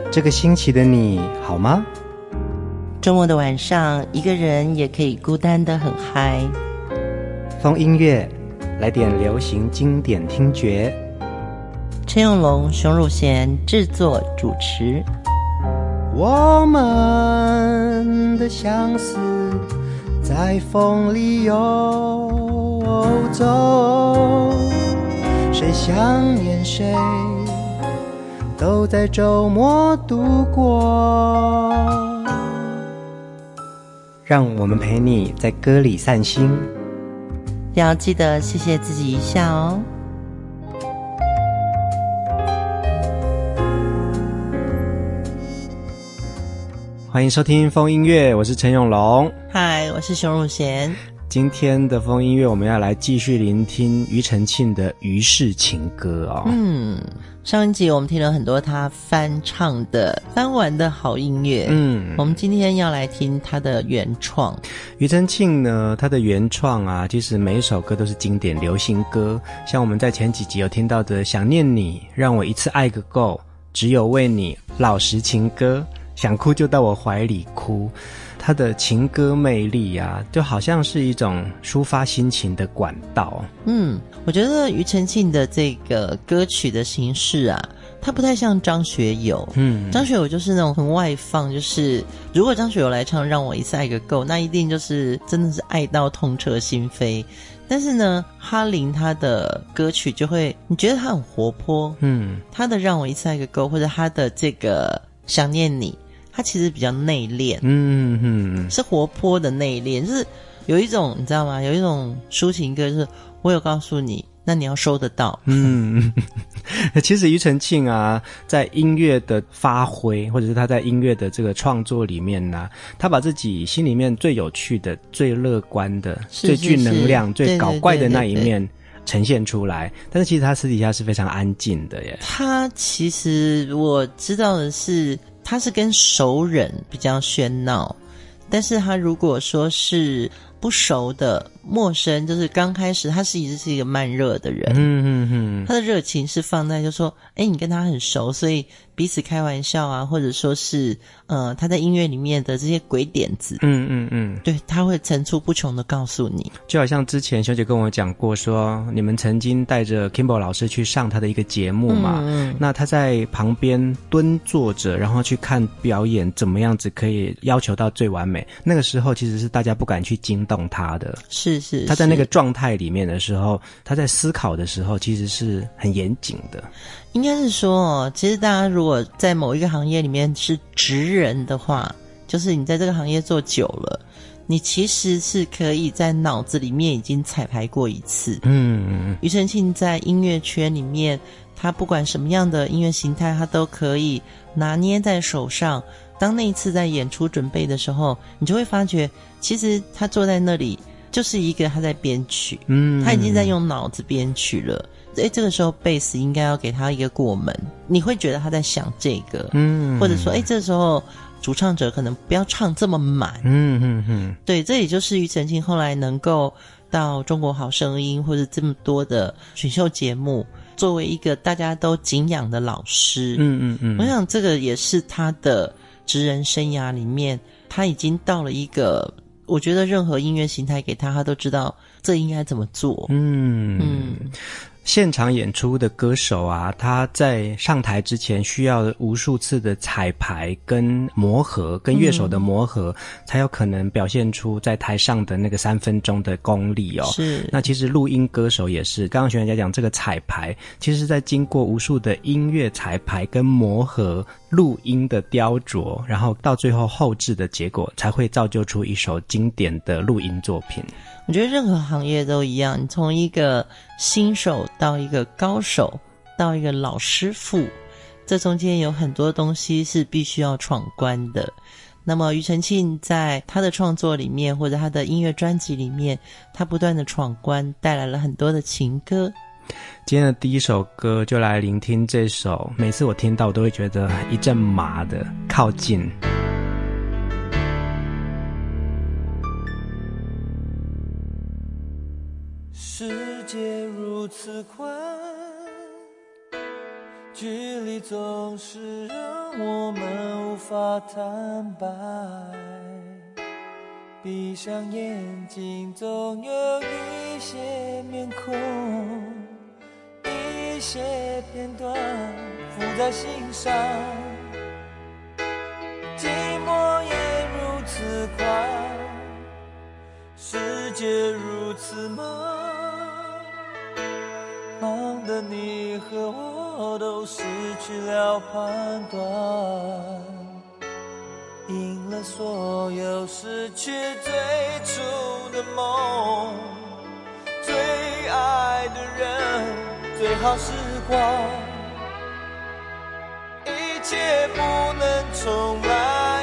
这个星期的你好吗？ 周末的晚上，一个人也可以孤单得很嗨。 风音乐，来点流行经典听觉。 陈永龙、熊汝贤制作主持。 我们的相思在风里游走，谁想念谁都在周末度过，让我们陪你在歌里散心， 要记得谢谢自己一下哦。 欢迎收听风音乐，我是陈永龙。 嗨，我是熊汝贤。 今天的风音乐我们要来继续聆听庾澄庆的《余氏情歌》哦。 上一集我们听了很多他翻唱的翻完的好音乐，我们今天要来听他的原创。 庾澄庆呢，他的原创啊，其实每一首歌都是经典流行歌，像我们在前几集有听到的《想念你》，让我一次爱个够，只有为你，老实情歌，想哭就到我怀里哭。他的情歌魅力啊，就好像是一种抒发心情的管道。 我觉得庾澄庆的这个歌曲的形式啊，他不太像张学友。张学友就是那种很外放，就是如果张学友来唱让我一次爱个够，那一定就是真的是爱到痛彻心扉。但是呢，哈林他的歌曲就会你觉得他很活泼。他的让我一次爱个够，或者他的这个想念你，他其实比较内敛，是活泼的内敛，就是有一种你知道吗？有一种抒情歌，就是我有告诉你，那你要收得到。 其实庾澄庆啊，在音乐的发挥，或者是他在音乐的这个创作里面呢，他把自己心里面最有趣的、最乐观的、最具能量、最搞怪的那一面呈现出来，但是其实他私底下是非常安静的耶。 他其实我知道的是，他是跟熟人比较喧闹，但是他如果说是不熟的陌生，就是刚开始他一直是一个慢热的人。他的热情是放在就说你跟他很熟，所以彼此开玩笑啊，或者说是他在音乐里面的这些鬼点子，对，他会层出不穷的告诉你。 就好像之前修姐跟我讲过说，你们曾经带着 Kimbo 老师去上他的一个节目嘛，那他在旁边蹲坐着，然后去看表演怎么样子可以要求到最完美，那个时候其实是大家不敢去惊动他的。是他在那个状态里面的时候，他在思考的时候其实是很严谨的。 应该是说其实大家如果在某一个行业里面是职人的话，就是你在这个行业做久了，你其实是可以在脑子里面已经彩排过一次。庾澄庆在音乐圈里面，他不管什么样的音乐形态，他都可以拿捏在手上。当那一次在演出准备的时候，你就会发觉其实他坐在那里就是一个他在编曲，他已经在用脑子编曲了。这个时候贝斯应该要给他一个过门，你会觉得他在想这个，或者说这时候主唱者可能不要唱这么满。对，这也就是庾澄庆后来能够到中国好声音或者这么多的选秀节目，作为一个大家都敬仰的老师。我想这个也是他的职人生涯里面，他已经到了一个我觉得任何音乐形态给他都知道这应该怎么做。现场演出的歌手啊，他在上台之前需要无数次的彩排跟磨合，跟乐手的磨合，才有可能表现出在台上的那个3分钟的功力哦。是。那其实录音歌手也是，刚刚学员家讲这个彩排，其实是在经过无数的音乐彩排跟磨合，录音的雕琢，然后到最后后制的结果，才会造就出一首经典的录音作品。 我觉得任何行业都一样，你从一个新手到一个高手到一个老师傅，这中间有很多东西是必须要闯关的。那么庾澄庆在他的创作里面，或者他的音乐专辑里面，他不断的闯关，带来了很多的情歌。 今天的第一首歌就来聆听这首，每次我听到我都会觉得一阵麻的靠近。 世界如此宽， 距离总是让我们无法坦白，闭上眼睛总有一些面孔，一些片段浮在心上，寂寞也如此快，世界如此忙，忙得你和我都失去了判断，赢了所有，失去最初的梦，最爱的人，最好时光，一切不能重来，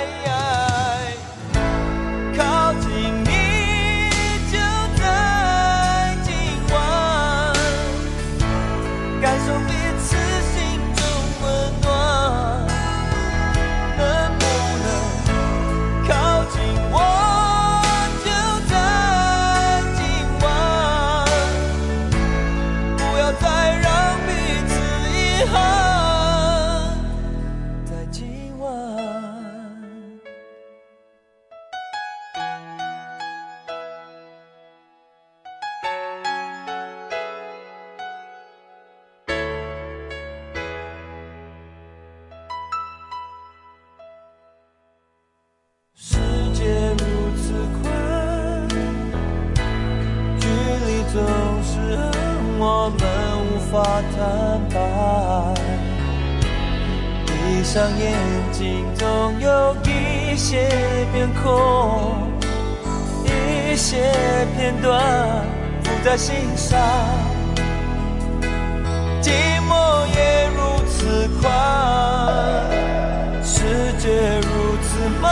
靠近你就在今晚，感受彼此心中温暖，能不能靠近我就在今晚，不要再让彼此遗憾，在今晚。世界如此宽，距离总是让我们无法坦白，闭上眼睛总有一些面孔，一些片段浮在心上，寂寞也如此快，世界如此忙，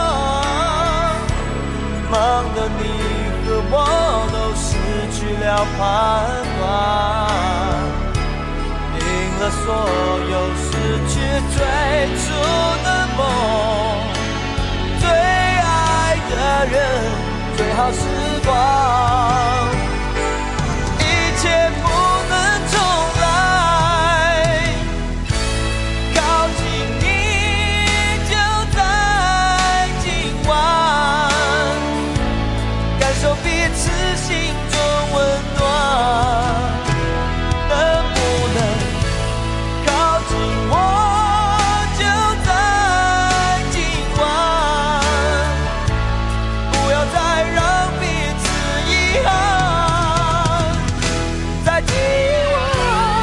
忙得你和我都失去了判断，赢了所有，失去最初的梦，最爱的人，最好时光，一切不能重来，靠近你就在今晚，感受彼此心中温暖，能不能靠近我就在今晚，不要再让彼此遗憾，在今晚。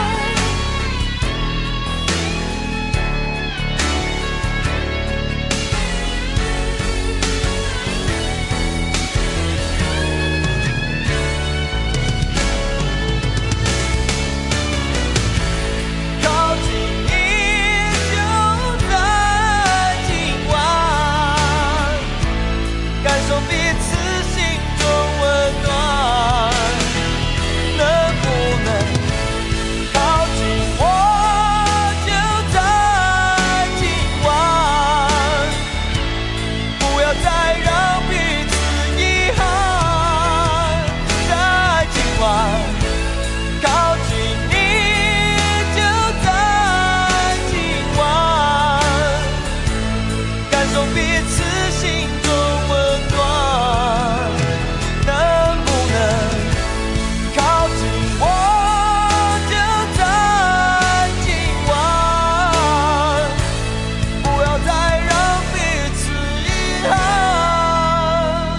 靠近你就在今晚，感受彼此心中温暖，能不能靠近我就在今晚，不要再让彼此遗憾，在今晚。靠近你就在今晚，感受彼此心中温暖，能不能靠近我就在今晚，不要再让彼此遗憾，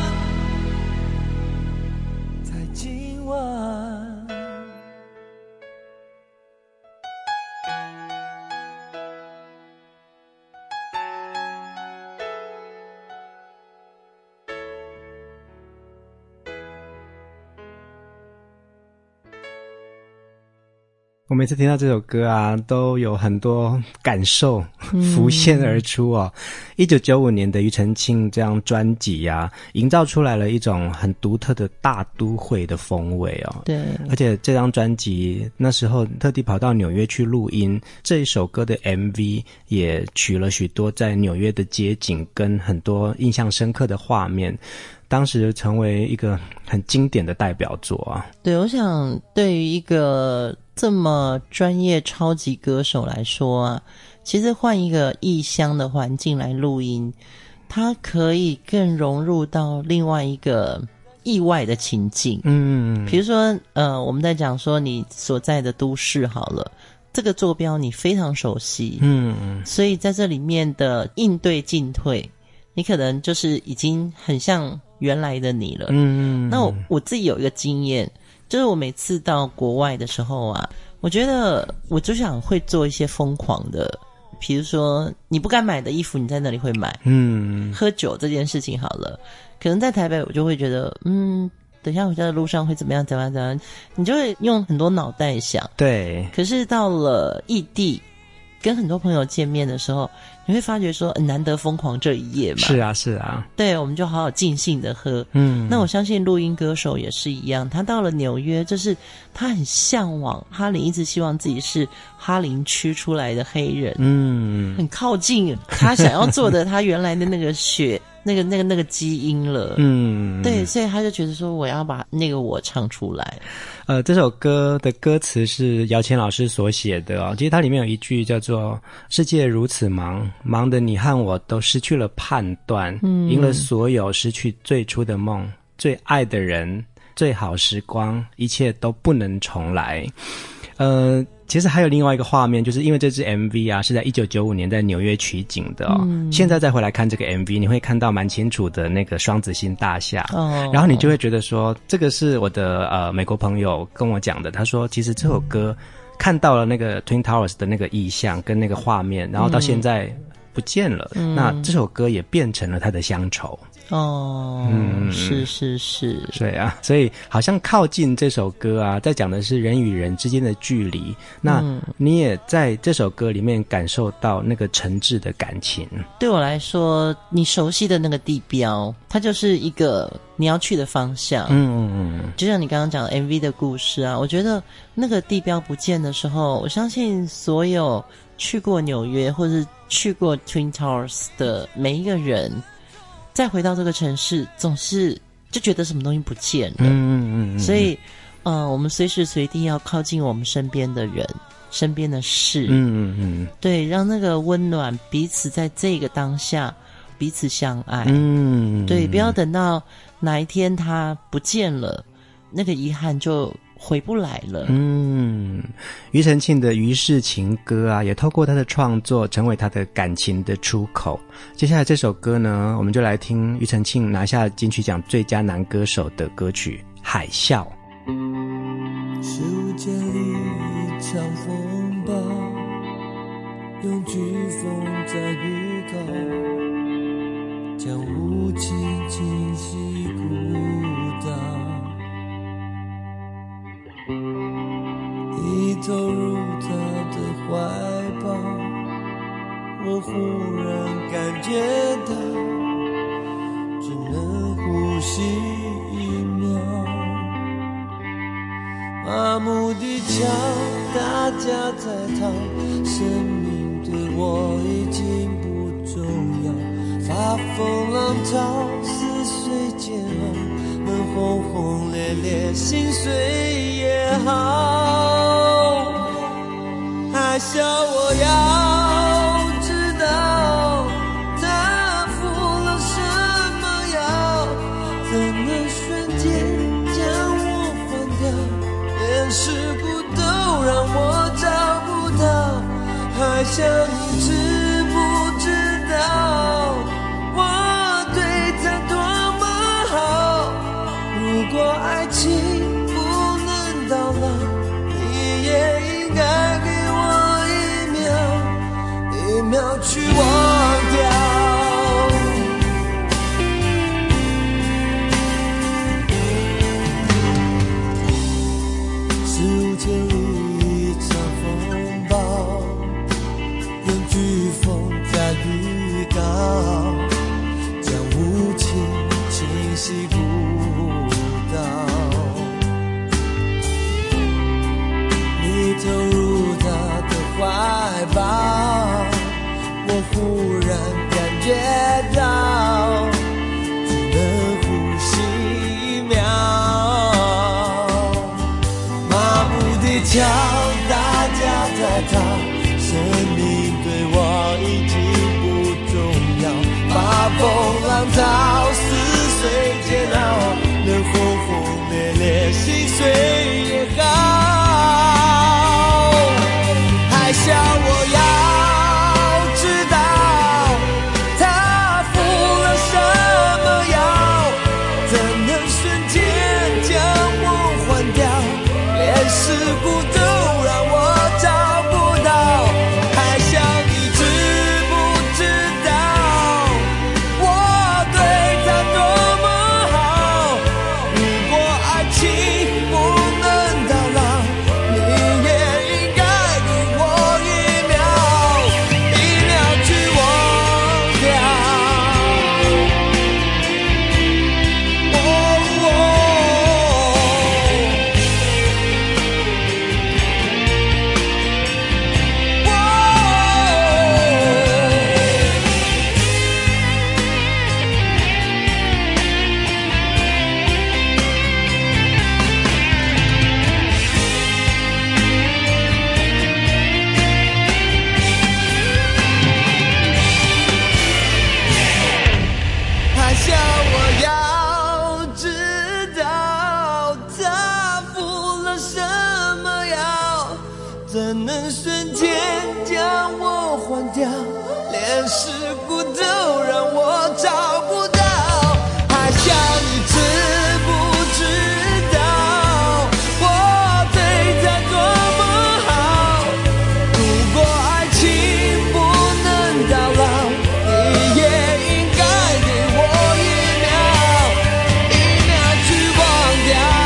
在今晚。 我每次听到这首歌啊，都有很多感受浮现而出哦。1995年的庾澄庆这张专辑啊，营造出来了一种很独特的大都会的风味哦。 对， 而且这张专辑那时候特地跑到纽约去录音，这一首歌的 MV 也取了许多在纽约的街景跟很多印象深刻的画面。 当时成为一个很经典的代表作啊。 对，我想对于一个这么专业超级歌手来说啊，其实换一个异乡的环境来录音，它可以更融入到另外一个意外的情境。比如说我们在讲说你所在的都市好了，这个坐标你非常熟悉，所以在这里面的应对进退，你可能就是已经很像原来的你了。那我自己有一个经验，就是我每次到国外的时候啊，我觉得我就想会做一些疯狂的，比如说你不敢买的衣服你在那里会买，喝酒这件事情好了，可能在台北我就会觉得等一下回家的路上会怎么样怎么样怎么样，你就会用很多脑袋想。 对， 可是到了异地跟很多朋友见面的时候，你会发觉说难得疯狂这一夜嘛。 是啊是啊， 对，我们就好好尽兴的喝。那我相信录音歌手也是一样，他到了纽约，就是他很向往哈林，一直希望自己是哈林区出来的黑人，很靠近他想要做的他原来的那个血那个基因了。对，所以他就觉得说我要把那个我唱出来。 这首歌的歌词是姚谦老师所写的哦。其实它里面有一句叫做“世界如此忙，忙得你和我都失去了判断，赢了所有，失去最初的梦，最爱的人，最好时光，一切都不能重来。”其实还有另外一个画面，就是因为这支 MV 啊是在1995年在纽约取景的哦。现在再回来看这个 MV， 你会看到蛮清楚的那个双子星大厦，然后你就会觉得说，这个是我的美国朋友跟我讲的，他说其实这首歌看到了那个 Twin Towers 的那个意象跟那个画面，然后到现在不见了，那这首歌也变成了他的乡愁。是，对啊，所以好像靠近这首歌啊，在讲的是人与人之间的距离。那你也在这首歌里面感受到那个诚挚的感情。 对我来说，你熟悉的那个地标，它就是一个你要去的方向。就像你刚刚讲的 MV 的故事啊，我觉得那个地标不见的时候，我相信所有去过纽约或是去过 Twin Towers 的每一个人，再回到这个城市，总是就觉得什么东西不见了。所以我们随时随地要靠近我们身边的人，身边的事。对，让那个温暖彼此在这个当下彼此相爱。对，不要等到哪一天他不见了，那个遗憾就回不来了。 庾澄庆的《庾氏情歌》啊，也透过他的创作成为他的感情的出口。接下来这首歌呢，我们就来听庾澄庆拿下金曲奖最佳男歌手的歌曲《海啸》。 时无间里一场风暴，用飓风在预告，将无情侵袭孤岛。一投入他的怀抱，我忽然感觉到只能呼吸1秒，麻木地瞧大家在逃，生命对我已经不重要，发疯浪潮撕碎煎熬，能轰轰烈烈心碎也好，海啸我要知道它服了什么药，怎能瞬间将我换掉，连事故都让我找不到，海啸你知不知道我对它多么好，如果爱情不能到老，你也应该给我1秒去忘掉。史无前例一场风暴，用飓风在预告，将无情侵袭孤岛。你投入他的怀抱，我忽然感觉到只能呼浪淘似水煎熬，能轰轰烈烈心碎也好。还笑我要知道他服了什么药，怎能瞬间将我换掉，连事故都让我找不到。还想你知不知道我对他多么好，如果爱情不能到老，你也应该给我一秒去忘掉。还想我要知道他服了什么药，怎能瞬间将我换掉，连事故都让我找不到。还想你知不知道我对他多么好，如果爱情不能到老，你也应该给我一秒去忘掉。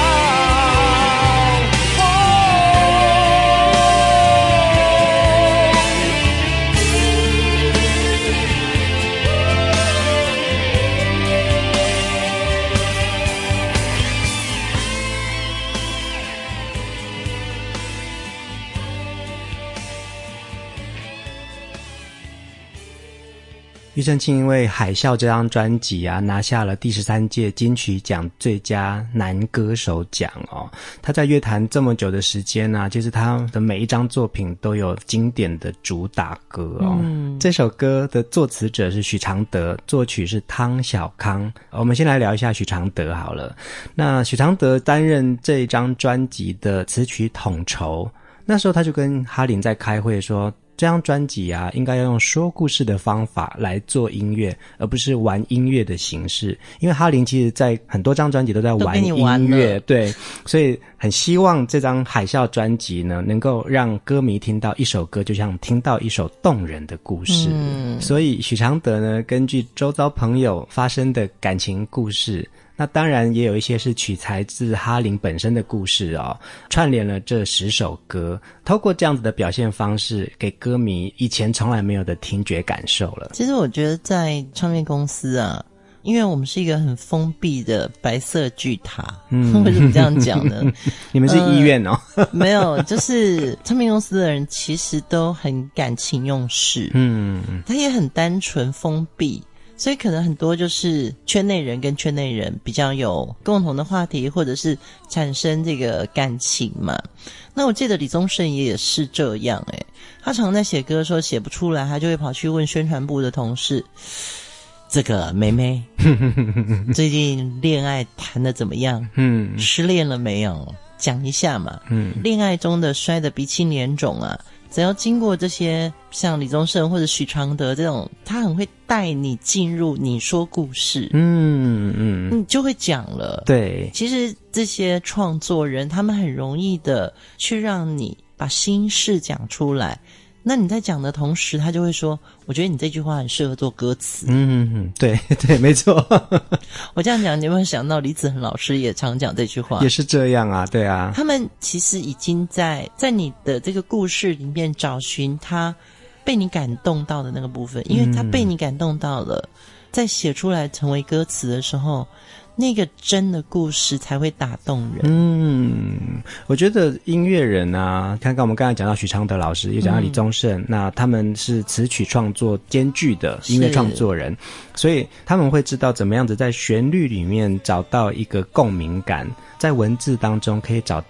庾澄庆因为《海啸》这张专辑啊，拿下了第13届金曲奖最佳男歌手奖哦。他在乐坛这么久的时间啊，其实他的每一张作品都有经典的主打歌哦。这首歌的作词者是许常德，作曲是汤小康。我们先来聊一下许常德好了。那许常德担任这一张专辑的词曲统筹，那时候他就跟哈林在开会说，这张专辑啊，应该要用说故事的方法来做音乐，而不是玩音乐的形式。因为哈林其实在很多张专辑都在玩音乐，对，所以很希望这张海啸专辑呢，能够让歌迷听到一首歌就像听到一首动人的故事。所以许常德呢，根据周遭朋友发生的感情故事，那当然也有一些是取材自哈林本身的故事哦，串联了这10首歌，透过这样子的表现方式，给歌迷以前从来没有的听觉感受了。 其实我觉得在唱片公司啊，因为我们是一个很封闭的白色巨塔，为什么这样讲呢？ 你们是医院哦？ 没有，就是唱片公司的人其实都很感情用事，他也很单纯封闭。所以可能很多就是圈内人跟圈内人比较有共同的话题，或者是产生这个感情嘛。那我记得李宗盛也是这样他常在写歌的时候写不出来，他就会跑去问宣传部的同事，这个妹妹最近恋爱谈得怎么样？失恋了没有？讲一下嘛。恋爱中的摔得鼻青脸肿啊，只要经过这些像李宗盛或者许常德这种，他很会带你进入你说故事，你就会讲了。对，其实这些创作人他们很容易的去让你把心事讲出来，那你在讲的同时，他就会说，我觉得你这句话很适合做歌词。 对对，没错。 我这样讲，你有没有想到李子恒老师也常讲这句话？ 也是这样啊，对啊。 他们其实已经在你的这个故事里面找寻他被你感动到的那个部分，因为他被你感动到了，在写出来成为歌词的时候，那个真的故事才会打动人。 我觉得音乐人啊，看看我们刚才讲到许常德老师，也讲到李宗盛，那他们是词曲创作兼具的音乐创作人，所以他们会知道怎么样子在旋律里面找到一个共鸣感，在文字当中可以找到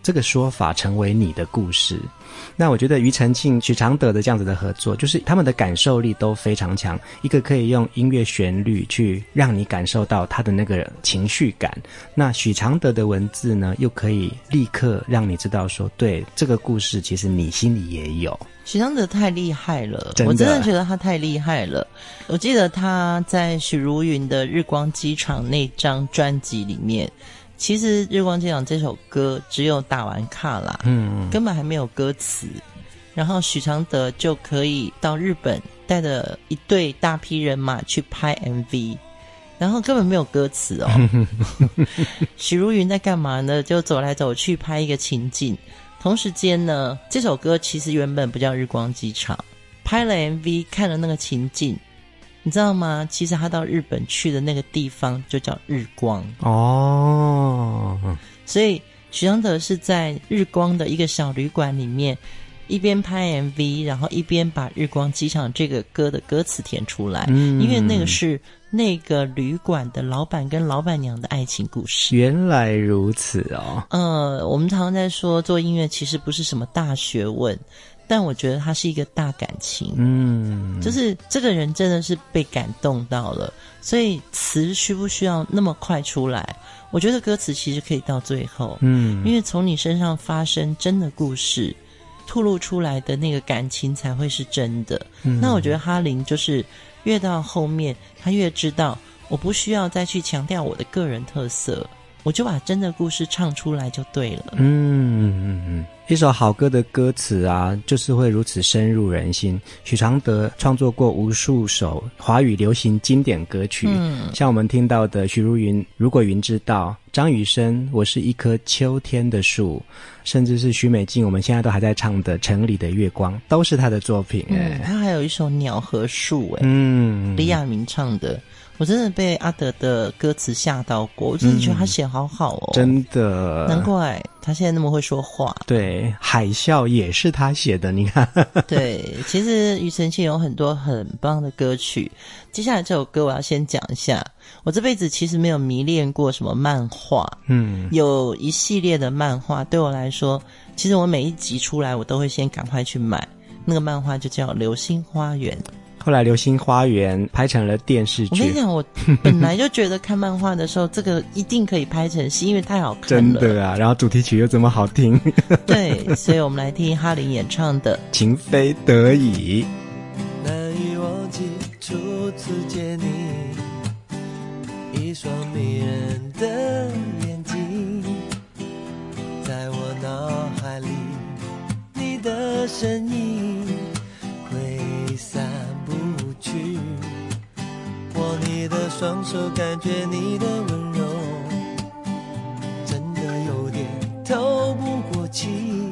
这个说法成为你的故事。那我觉得庾澄庆、许常德的这样子的合作，就是他们的感受力都非常强，一个可以用音乐旋律去让你感受到他的那个情绪感，那许常德的文字呢，又可以立刻让你知道说，对，这个故事其实你心里也有。 许常德太厉害了， 真的， 我真的觉得他太厉害了。我记得他在许茹芸的《日光机场》那张专辑里面，其实《日光机场》这首歌只有打完卡啦，根本还没有歌词。然后许常德就可以到日本带着一队大批人马去拍 MV， 然后根本没有歌词哦。许茹芸在干嘛呢？就走来走去拍一个情景。同时间呢，这首歌其实原本不叫日光机场，拍了 MV 看了那个情景，你知道吗？其实他到日本去的那个地方就叫日光哦。 所以许常德是在日光的一个小旅馆里面一边拍 MV， 然后一边把日光机场这个歌的歌词填出来，因为那个是那个旅馆的老板跟老板娘的爱情故事。 原来如此哦。 我们常常在说做音乐其实不是什么大学问，但我觉得它是一个大感情。就是这个人真的是被感动到了，所以词需不需要那么快出来？我觉得歌词其实可以到最后，因为从你身上发生真的故事，吐露出来的那个感情才会是真的。那我觉得哈林就是越到后面他越知道我不需要再去强调我的个人特色，我就把真的故事唱出来就对了。 一首好歌的歌词啊，就是会如此深入人心。许常德创作过无数首华语流行经典歌曲，像我们听到的许茹芸《如果云知道》，张雨生《我是一棵秋天的树》，甚至是许美静我们现在都还在唱的《城里的月光》，都是他的作品。 他还有一首《鸟和树》李亚明唱的，我真的被阿德的歌词吓到过，我真的觉得他写好好哦， 真的， 难怪他现在那么会说话。 对，海啸也是他写的，你看。 对，其实庾澄庆有很多很棒的歌曲。接下来这首歌我要先讲一下，我这辈子其实没有迷恋过什么漫画，有一系列的漫画对我来说，其实我每一集出来我都会先赶快去买，那个漫画就叫《流星花园》。 后来《流星花园》拍成了电视剧。 我跟你讲，我本来就觉得看漫画的时候，这个一定可以拍成戏，因为太好看了。 真的啊，然后主题曲又这么好听。 对，所以我们来听哈林演唱的《 情非得已》。 难以忘记初次见你，一双迷人的眼睛，在我脑海里，你的身影挥散不去，握你的双手，感觉你的温柔，真的有点透不过气，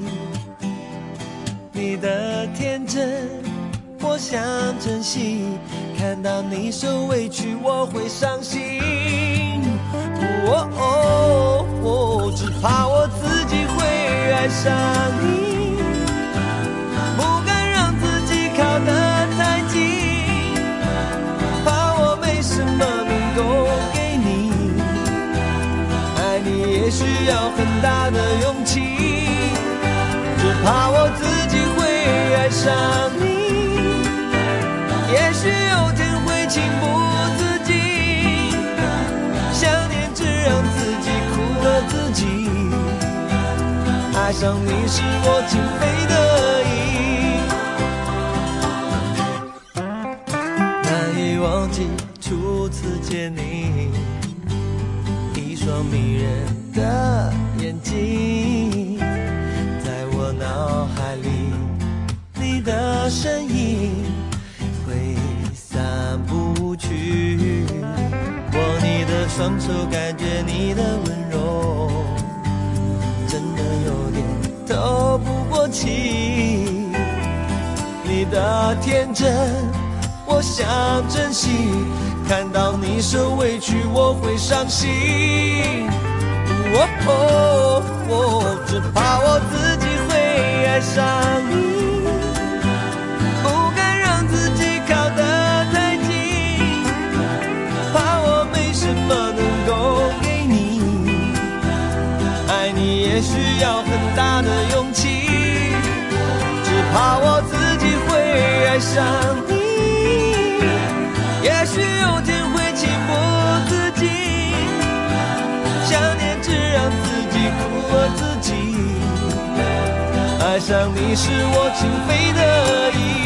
你的天真我想珍惜，看到你受委屈我会伤心，只怕我自己会爱上你，不敢让自己靠得太近，怕我没什么能够给你，爱你也需要很大的勇气，只怕我自己会爱上你，也许有天会情不自禁，想念只让自己苦了自己，爱上你是我情非得已，难以忘记初次见你，一双迷人的眼睛，在我脑海里，你的身影挥散不去，握你的双手，感觉你的温柔，真的有点透不过气，你的天真我想珍惜，看到你受委屈我会伤心，只怕我自己会爱上你，不敢让自己靠得太近，怕我没什么能够给你，爱你也需要很大的勇气，只怕我自己会爱上你。也许有天会情不自禁，想念只让自己苦了自己。爱上你是我情非得已。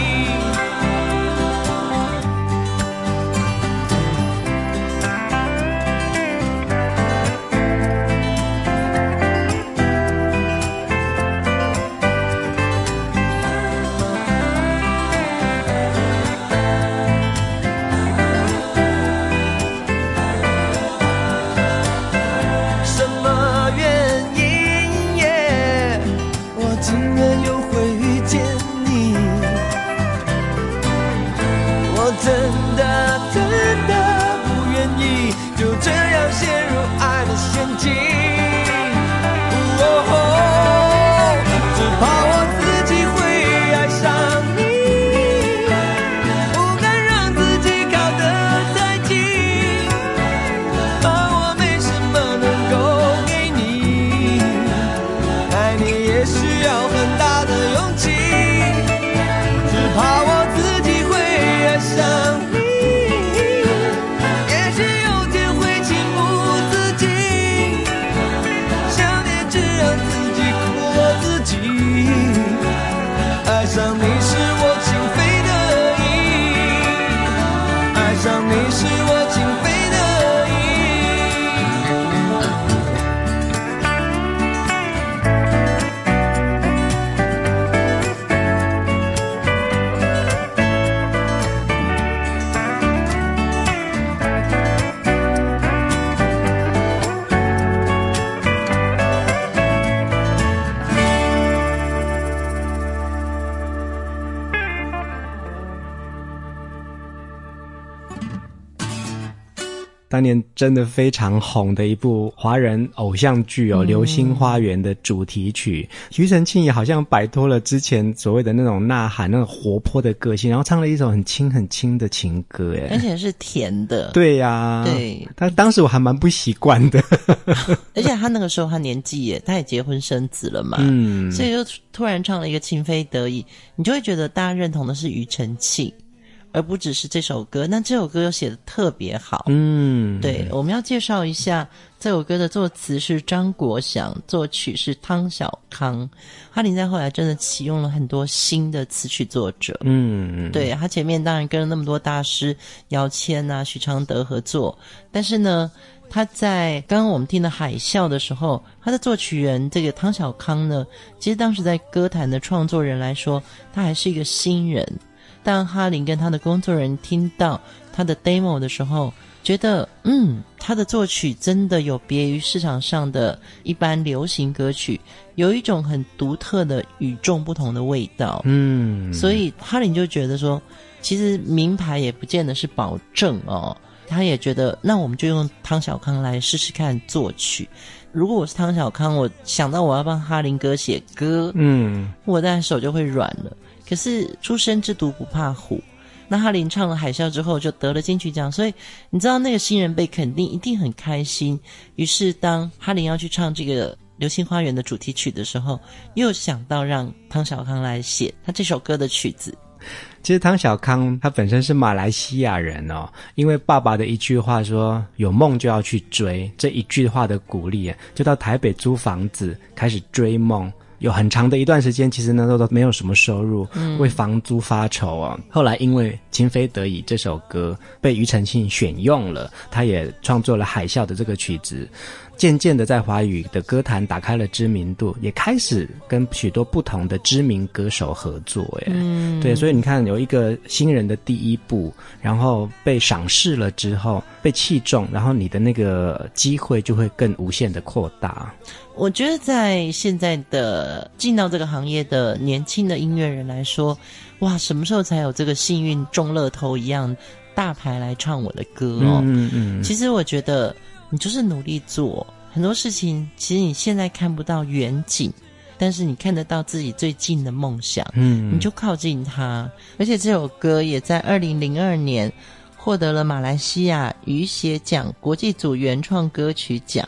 当年真的非常红的一部华人偶像剧哦，流星花园的主题曲。庾澄庆也好像摆脱了之前所谓的那种呐喊、那种活泼的个性，然后唱了一首很轻很轻的情歌， 而且是甜的。 对呀， 对。 但当时我还蛮不习惯的。 而且他那个时候他年纪他也结婚生子了嘛，所以就突然唱了一个情非得已，你就会觉得大家认同的是庾澄庆。而不只是这首歌，那这首歌又写得特别好。对，我们要介绍一下这首歌的作词是张国祥，作曲是汤小康。哈林在后来真的启用了很多新的词曲作者。对，他前面当然跟了那么多大师，姚谦啊、许常德合作，但是呢，他在刚刚我们听的海啸的时候，他的作曲人这个汤小康呢，其实当时在歌坛的创作人来说，他还是一个新人。当哈林跟他的工作人听到他的 demo 的时候，觉得他的作曲真的有别于市场上的一般流行歌曲，有一种很独特的与众不同的味道。所以哈林就觉得说，其实名牌也不见得是保证哦。他也觉得那我们就用汤小康来试试看作曲。如果我是汤小康，我想到我要帮哈林哥写歌，我当然手就会软了。可是初生之犊不怕虎，那哈林唱了海啸之后就得了金曲奖，所以你知道那个新人被肯定一定很开心。于是当哈林要去唱这个流星花园的主题曲的时候，又想到让汤小康来写他这首歌的曲子。 其实汤小康他本身是马来西亚人哦，因为爸爸的一句话说有梦就要去追，这一句话的鼓励就到台北租房子开始追梦。有很长的一段时间其实那时候都没有什么收入，为房租发愁啊。后来因为情非得已这首歌被庾澄庆选用了，他也创作了海啸的这个曲子，渐渐的在华语的歌坛打开了知名度，也开始跟许多不同的知名歌手合作对，所以你看有一个新人的第一步，然后被赏识了之后被器重，然后你的那个机会就会更无限的扩大。 我觉得在现在的进到这个行业的年轻的音乐人来说，哇，什么时候才有这个幸运中乐透一样大牌来唱我的歌哦？其实我觉得你就是努力做很多事情，其实你现在看不到远景，但是你看得到自己最近的梦想，你就靠近它。而且这首歌也在2002年获得了马来西亚雨写奖国际组原创歌曲奖，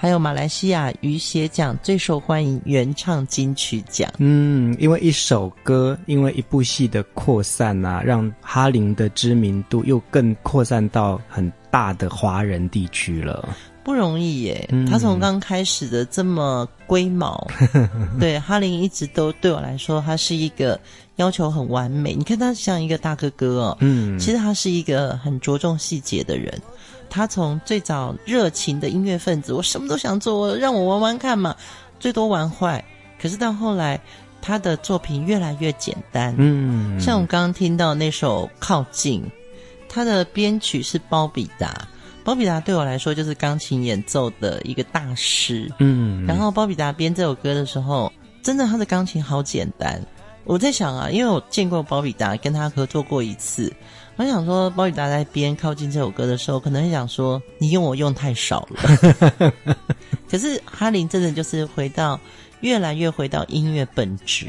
还有马来西亚雨写奖最受欢迎原唱金曲奖。 因为一首歌，因为一部戏的扩散啊，让哈林的知名度又更扩散到很大的华人地区了。 不容易耶，他从刚开始的这么龟毛，对，哈林一直都对我来说，他是一个要求很完美。你看他像一个大哥哥哦，其实他是一个很着重细节的人。他从最早热情的音乐分子，我什么都想做，让我玩玩看嘛，最多玩坏。可是到后来，他的作品越来越简单。像我刚刚听到那首《靠近》，他的编曲是包比达。包比达对我来说就是钢琴演奏的一个大师。然后包比达编这首歌的时候，真的他的钢琴好简单。我在想啊，因为我见过包比达，跟他合作过一次，我想说包比达在编《靠近》这首歌的时候，可能会想说你用我用太少了。可是哈林真的就是越来越回到音乐本质。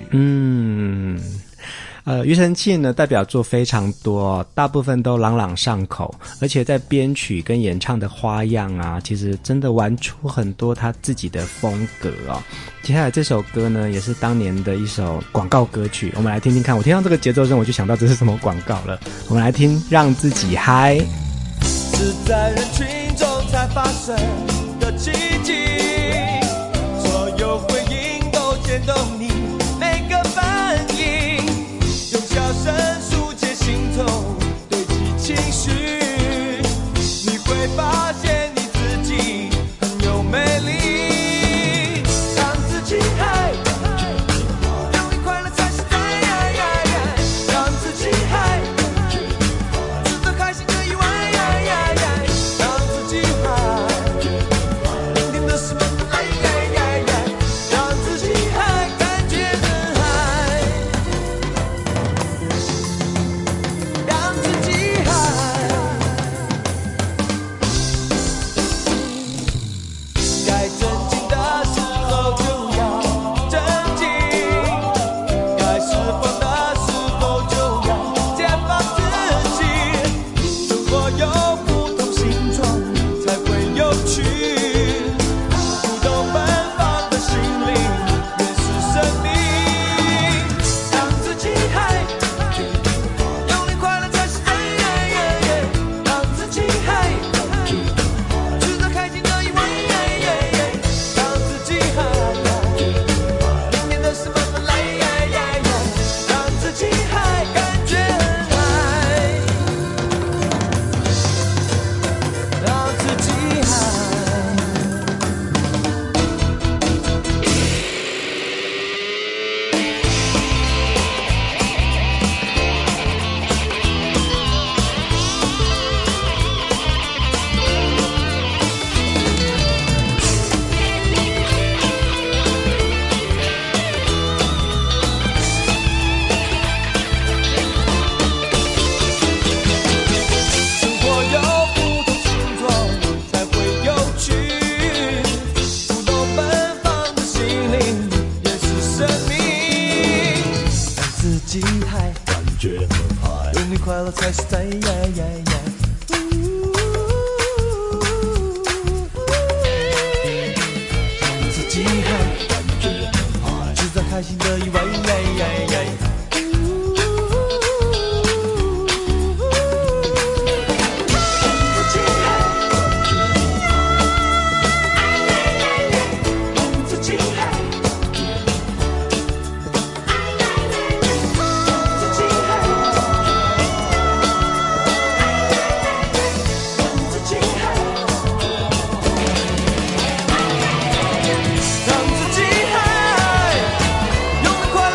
庾澄庆呢代表作非常多，大部分都朗朗上口，而且在编曲跟演唱的花样啊，其实真的玩出很多他自己的风格哦。接下来这首歌呢，也是当年的一首广告歌曲，我们来听听看。我听到这个节奏声，我就想到这是什么广告了。我们来听《让自己嗨》。 是在人群中才发生的奇迹，所有回应都牵动你每个反应，用笑声疏解心痛，堆积情绪，你会发现你自己很有魅力，让自己嗨，用力快乐才是对，让自己嗨，值得开心的意外，让自己嗨，明天的事慢慢来，让自己嗨，感觉很嗨，让自己嗨，该震惊的时候就要震惊，该释放的时候就要解放自己，生活有不同形状才会有趣，不懂奔放的心灵原是生命，让自己嗨，用力快乐才是对，让自己嗨，值得开心的意外，让自己嗨，明天的事慢慢来，让自己嗨，感觉很嗨，让自己嗨。生活有不同形状才会有趣，不懂奔放的心灵也是生命，让自己嗨，感觉很嗨，用力快乐才是在，让自己嗨，感觉很嗨，制造开心的意外，让自己嗨，用力快乐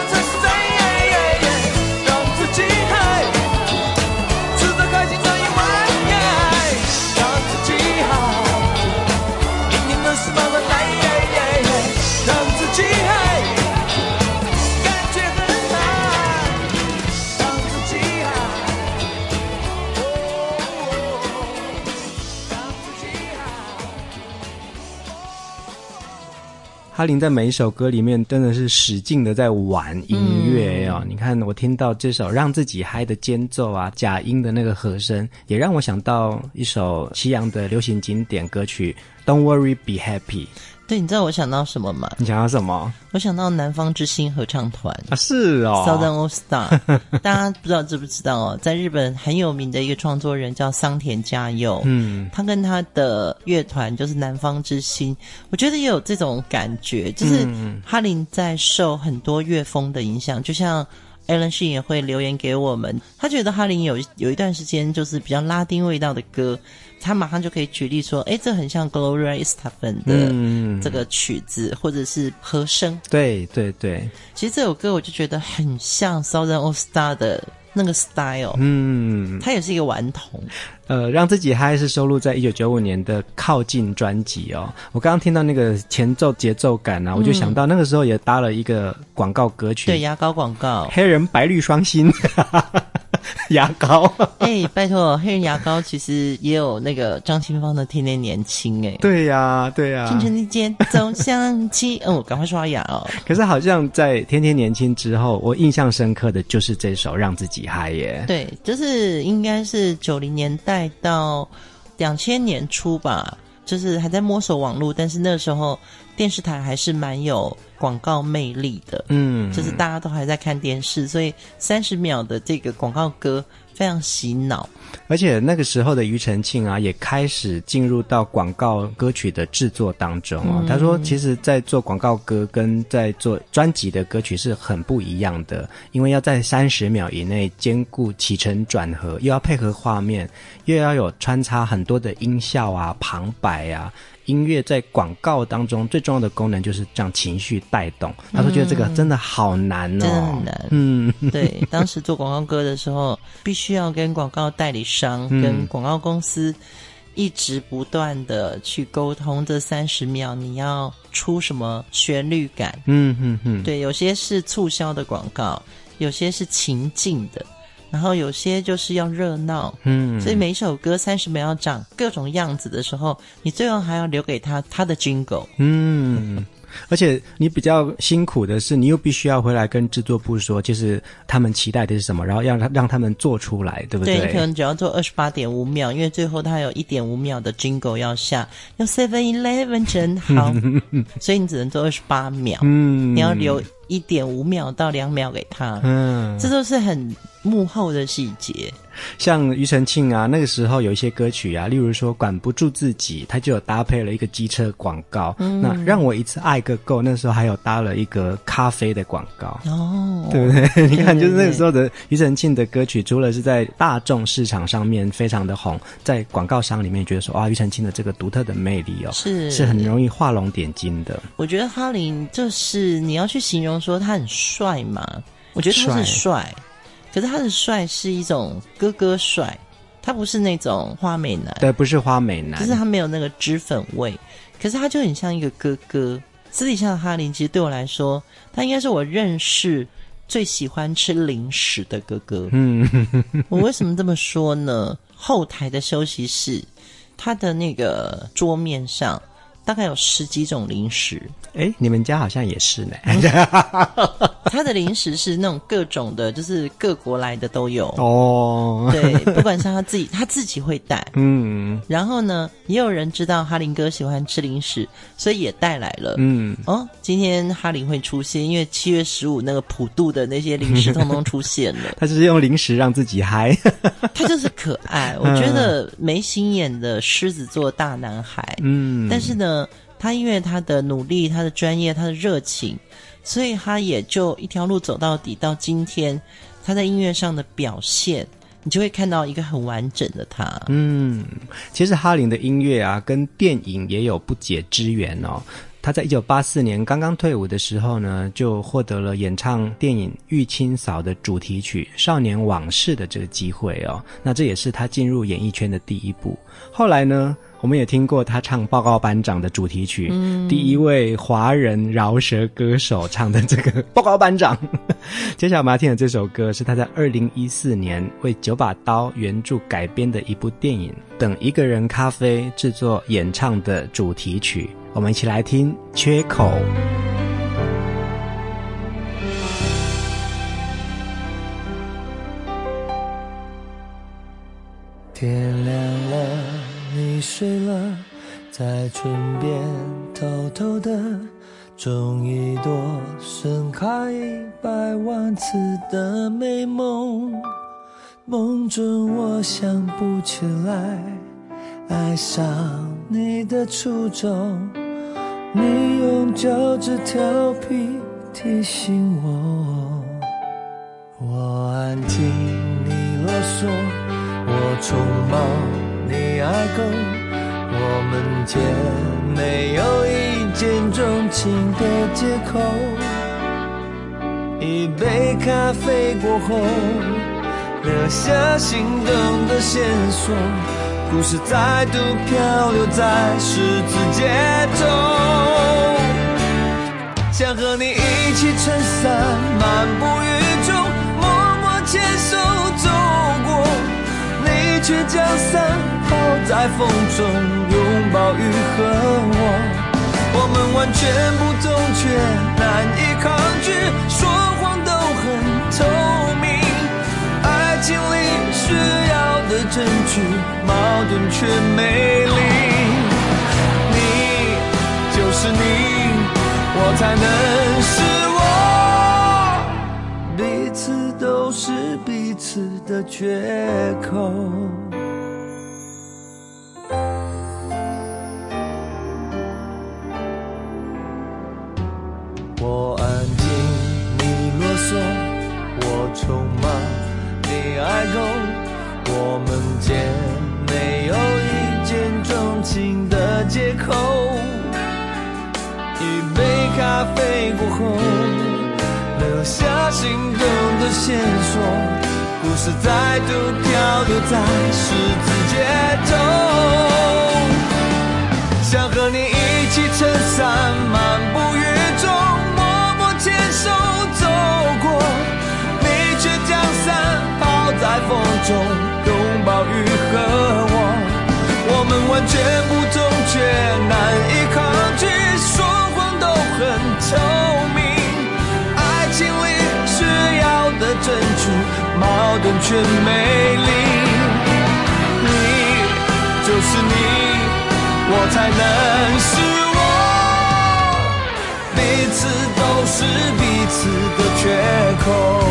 哈林在每一首歌里面真的是使劲的在玩音乐哦。你看我听到这首让自己嗨的间奏啊，假音的那个和声，也让我想到一首西洋的流行经典歌曲 Don't Worry Be Happy。 对，你知道我想到什么吗？ 你想到什么？ 我想到南方之星合唱团啊，是哦 Southern All Star 大家不知道知不知道哦，在日本很有名的一个创作人叫桑田佳佑，他跟他的乐团就是南方之星，我觉得也有这种感觉，就是哈林在受很多乐风的影响，就像Alan Shin 也会留言给我们，他觉得哈林有一段时间就是比较拉丁味道的歌，他马上就可以举例说，这很像 Gloria Estefan 的这个曲子，或者是和声。 对对对， 其实这首歌我就觉得很像 Southern All Star 的那个 style，它也是一个顽童。 让自己嗨是收录在1995年的靠近专辑哦。我刚刚听到那个前奏节奏感啊，我就想到那个时候也搭了一个广告歌曲， 对，牙膏广告， 黑人白绿双星牙膏。 拜托，黑人牙膏其实也有那个张清芳的天天年轻。 对呀对呀， 清晨的节奏响起我赶快刷牙哦。 可是好像在天天年轻之后，我印象深刻的就是这首让自己嗨耶。 对，就是应该是90年代到2000年初吧，就是还在摸索网络，但是那时候电视台还是蛮有广告魅力的，就是大家都还在看电视，所以30秒的这个广告歌非常洗脑。 而且那个时候的庾澄庆啊，也开始进入到广告歌曲的制作当中哦。他说其实在做广告歌跟在做专辑的歌曲是很不一样的，因为要在30秒以内兼顾起承转合，又要配合画面，又要有穿插很多的音效啊、旁白啊。音乐在广告当中最重要的功能就是让情绪带动。他说觉得这个真的好难哦， 真的很难。对，当时做广告歌的时候，必须要跟广告代理商、跟广告公司一直不断的去沟通，这30秒你要出什么旋律感。对，有些是促销的广告，有些是情境的，然后有些就是要热闹，所以每一首歌30秒要长各种样子的时候，你最后还要留给他的 jingle。 而且你比较辛苦的是，你又必须要回来跟制作部说，就是他们期待的是什么，然后要让他们做出来，对不对？ 对，你可能只要做28.5秒，因为最后它有1.5秒的 jingle 要下，要 7-Eleven 真好，所以你只能做28秒，你要留1.5秒到2秒给他，这都是很幕后的细节。 像庾澄庆啊，那个时候有一些歌曲啊，例如说管不住自己，他就有搭配了一个机车广告，那让我一次爱个够，那时候还有搭了一个咖啡的广告，对不对？你看就是那个时候的庾澄庆的歌曲，除了是在大众市场上面非常的红，在广告商里面觉得说，哇，庾澄庆的这个独特的魅力哦，是很容易画龙点睛的。 我觉得哈林就是你要去形容说他很帅嘛，我觉得他是帅，可是他的帅是一种哥哥帅，他不是那种花美男。 对，不是花美男， 就是他没有那个脂粉味，可是他就很像一个哥哥。私底下的哈林其实对我来说，他应该是我认识最喜欢吃零食的哥哥。我为什么这么说呢？后台的休息室，他的那个桌面上大概有10几种零食。 你们家好像也是呢。 他的零食是那种各种的，就是各国来的都有哦。 对，不管是他自己会带，然后呢，也有人知道哈林哥喜欢吃零食，所以也带来了。今天哈林会出现，因为7月15那个普渡的那些零食通通出现了。 他就是用零食让自己嗨。 他就是可爱，我觉得没心眼的狮子座大男孩。但是呢，他因为他的努力、他的专业、他的热情，所以他也就一条路走到底，到今天他在音乐上的表现，你就会看到一个很完整的他。 其实哈林的音乐啊，跟电影也有不解之缘哦。他在1984年刚刚退伍的时候呢，就获得了演唱电影《玉清嫂》的主题曲《少年往事》的这个机会哦。那这也是他进入演艺圈的第一步。后来呢，我们也听过他唱《报告班长》的主题曲，第一位华人饶舌歌手唱的这个《报告班长》。接下来我们要听的这首歌是他在2014年为9把刀原著改编的一部电影《等一个人咖啡》制作演唱的主题曲我们一起来听缺口。 天亮了，你睡了，在唇边偷偷的种一朵盛开100万次的美梦。梦中我想不起来爱上你的初衷，你用脚趾调皮提醒我，我安静你啰嗦，我匆忙你爱够，我们间没有一见钟情的借口。一杯咖啡过后，留下心动的线索，故事再度漂流在十字街头。想和你一起撑伞漫步雨中，默默牵手走过，你却将伞抛在风中，拥抱雨和我们完全不同却难以抗拒，说谎都很透明，爱情里需要的证据，矛盾却美丽。你就是你，我才能是我，彼此都是彼此的缺口。我安静，你啰嗦，我匆忙，你爱够，我们间没有一见钟情的借口。一杯咖啡过后，留下心动的线索，故事再度漂流在十字街头。想和你一起撑伞漫步雨中，默默牵手走过，你却将伞抛在风中，拥抱雨和我们完全不同却难以抗拒，说谎都很透明，爱情里需要的证据，矛盾却美丽。你就是你，我才能是我，彼此都是彼此的缺口。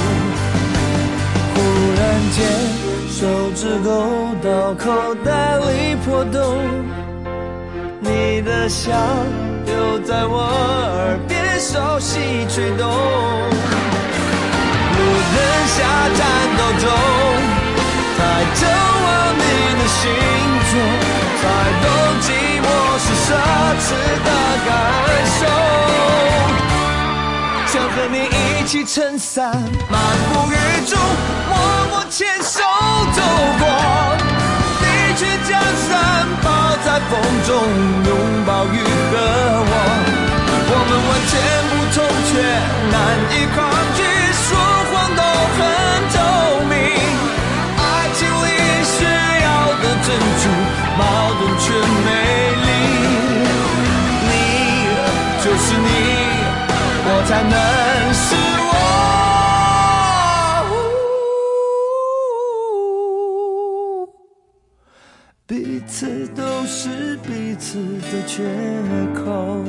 忽然间手指勾到口袋里破洞，你的笑又在我耳边熟悉吹动，路灯下颤抖中抬头望你的星座，才懂寂寞是奢侈的感受。想和你一起撑伞漫步雨中，默默牵手走过，你却将伞抛在风中，拥抱雨和我们完全不同却难以抗拒，说谎都很透明，爱情里需要的证据，矛盾却美丽。你就是你，我才能是我，彼此都是彼此的缺口。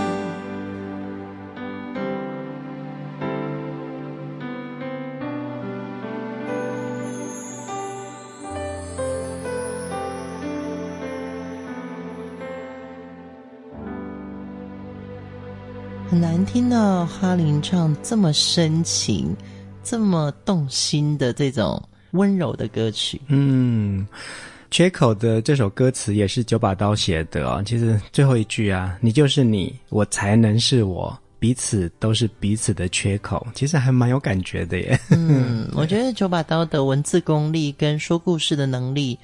很难听到哈林唱这么深情这么动心的这种温柔的歌曲。 缺口的这首歌词也是九把刀写的哦。其实最后一句啊，你就是你，我才能是我，彼此都是彼此的缺口，其实还蛮有感觉的耶。 我觉得九把刀的文字功力跟说故事的能力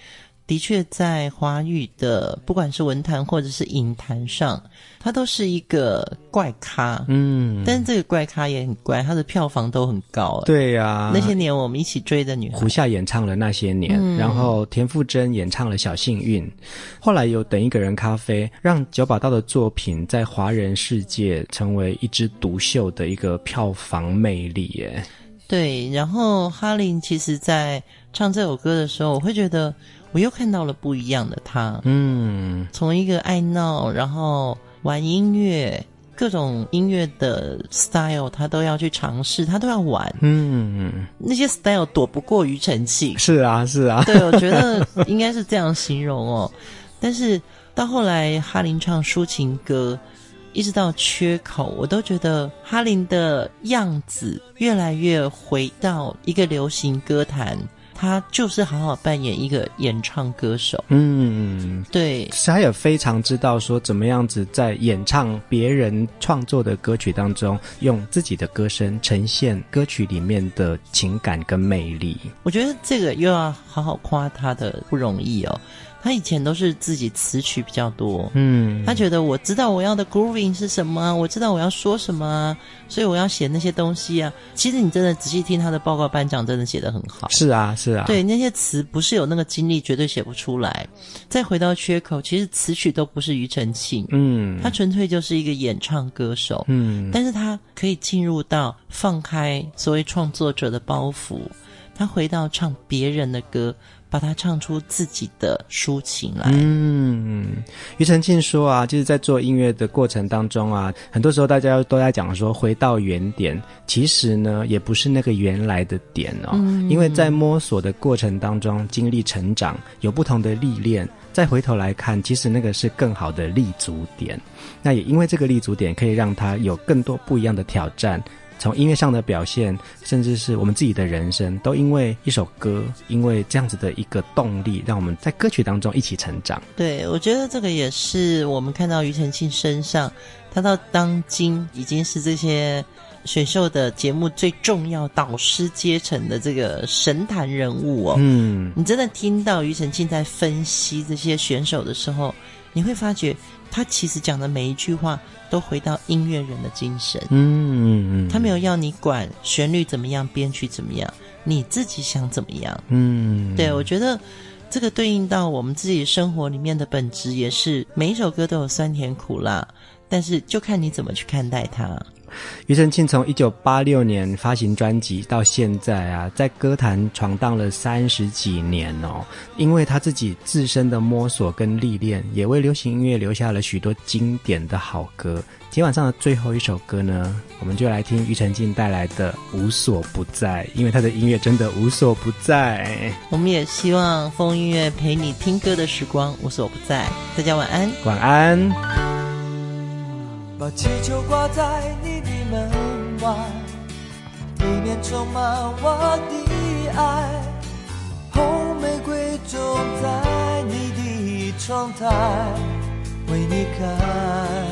的确在华语的不管是文坛或者是影坛上，他都是一个怪咖，但是这个怪咖也很怪，他的票房都很高。 对啊， 那些年我们一起追的女孩， 胡夏演唱了那些年，然后田馥甄演唱了小幸运，后来有等一个人咖啡，让九把刀的作品在华人世界成为一枝独秀的一个票房魅力耶。 对，然后哈林其实在唱这首歌的时候，我会觉得我又看到了不一样的他。从一个爱闹，然后玩音乐，各种音乐的 style 他都要去尝试，他都要玩。那些 style 躲不过庾澄庆。 是啊是啊， 对，我觉得应该是这样形容哦。但是到后来哈林唱抒情歌，一直到缺口，我都觉得哈林的样子越来越回到一个流行歌坛，他就是好好扮演一个演唱歌手。对， 他也非常知道说怎么样子在演唱别人创作的歌曲当中，用自己的歌声呈现歌曲里面的情感跟魅力。 我觉得这个又要好好夸他的不容易哦。他以前都是自己词曲比较多，他觉得我知道我要的 grooving 是什么，我知道我要说什么，所以我要写那些东西啊。其实你真的仔细听他的报告颁奖，真的写得很好。 是啊是啊， 对，那些词不是有那个精力绝对写不出来。再回到缺口，其实词曲都不是庾澄庆，他纯粹就是一个演唱歌手，但是他可以进入到放开所谓创作者的包袱，他回到唱别人的歌，把它唱出自己的抒情来。 庾澄庆说啊，就是在做音乐的过程当中啊，很多时候大家都在讲说回到原点，其实呢也不是那个原来的点哦，因为在摸索的过程当中经历成长，有不同的历练，再回头来看，其实那个是更好的立足点。那也因为这个立足点可以让他有更多不一样的挑战，从音乐上的表现，甚至是我们自己的人生，都因为一首歌，因为这样子的一个动力，让我们在歌曲当中一起成长。 对，我觉得这个也是我们看到庾澄庆身上，他到当今已经是这些选秀的节目最重要导师阶层的这个神坛人物哦。你真的听到庾澄庆在分析这些选手的时候，你会发觉他其实讲的每一句话都回到音乐人的精神。他没有要你管旋律怎么样，编曲怎么样，你自己想怎么样。对，我觉得这个对应到我们自己生活里面的本质，也是每一首歌都有酸甜苦辣，但是就看你怎么去看待它。 庾澄庆从1986年发行专辑到现在啊，在歌坛闯荡了30几年哦。因为他自己自身的摸索跟历练，也为流行音乐留下了许多经典的好歌。今天晚上的最后一首歌呢，我们就来听庾澄庆带来的《无所不在》，因为他的音乐真的无所不在。 我们也希望风音乐陪你听歌的时光无所不在。大家晚安。 晚安。 把气球挂在你的门外，里面充满我的爱，红玫瑰种在你的窗台，为你开。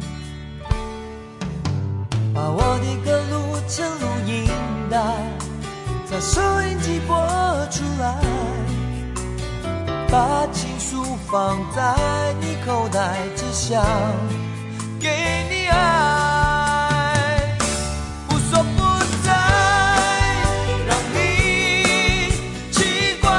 把我的歌录成录音带，在收音机播出来，把情书放在你口袋，只想给你爱，无所不在，让你奇怪，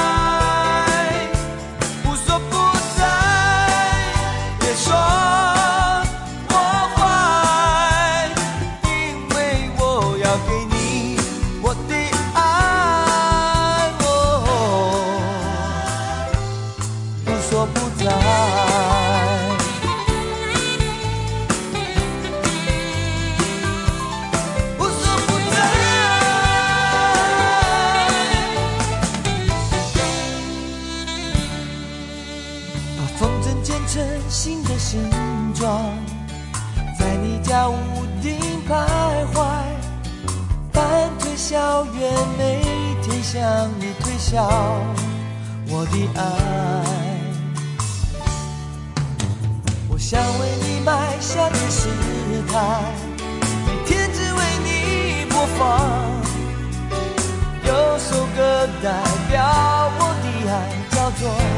无所不在，别说我坏，因为我要给你我的爱，无所不在。新的形状，在你家屋顶徘徊，半推校园，每天向你推销我的爱。我想为你买下电视台，每天只为你播放，有首歌代表我的爱，叫做。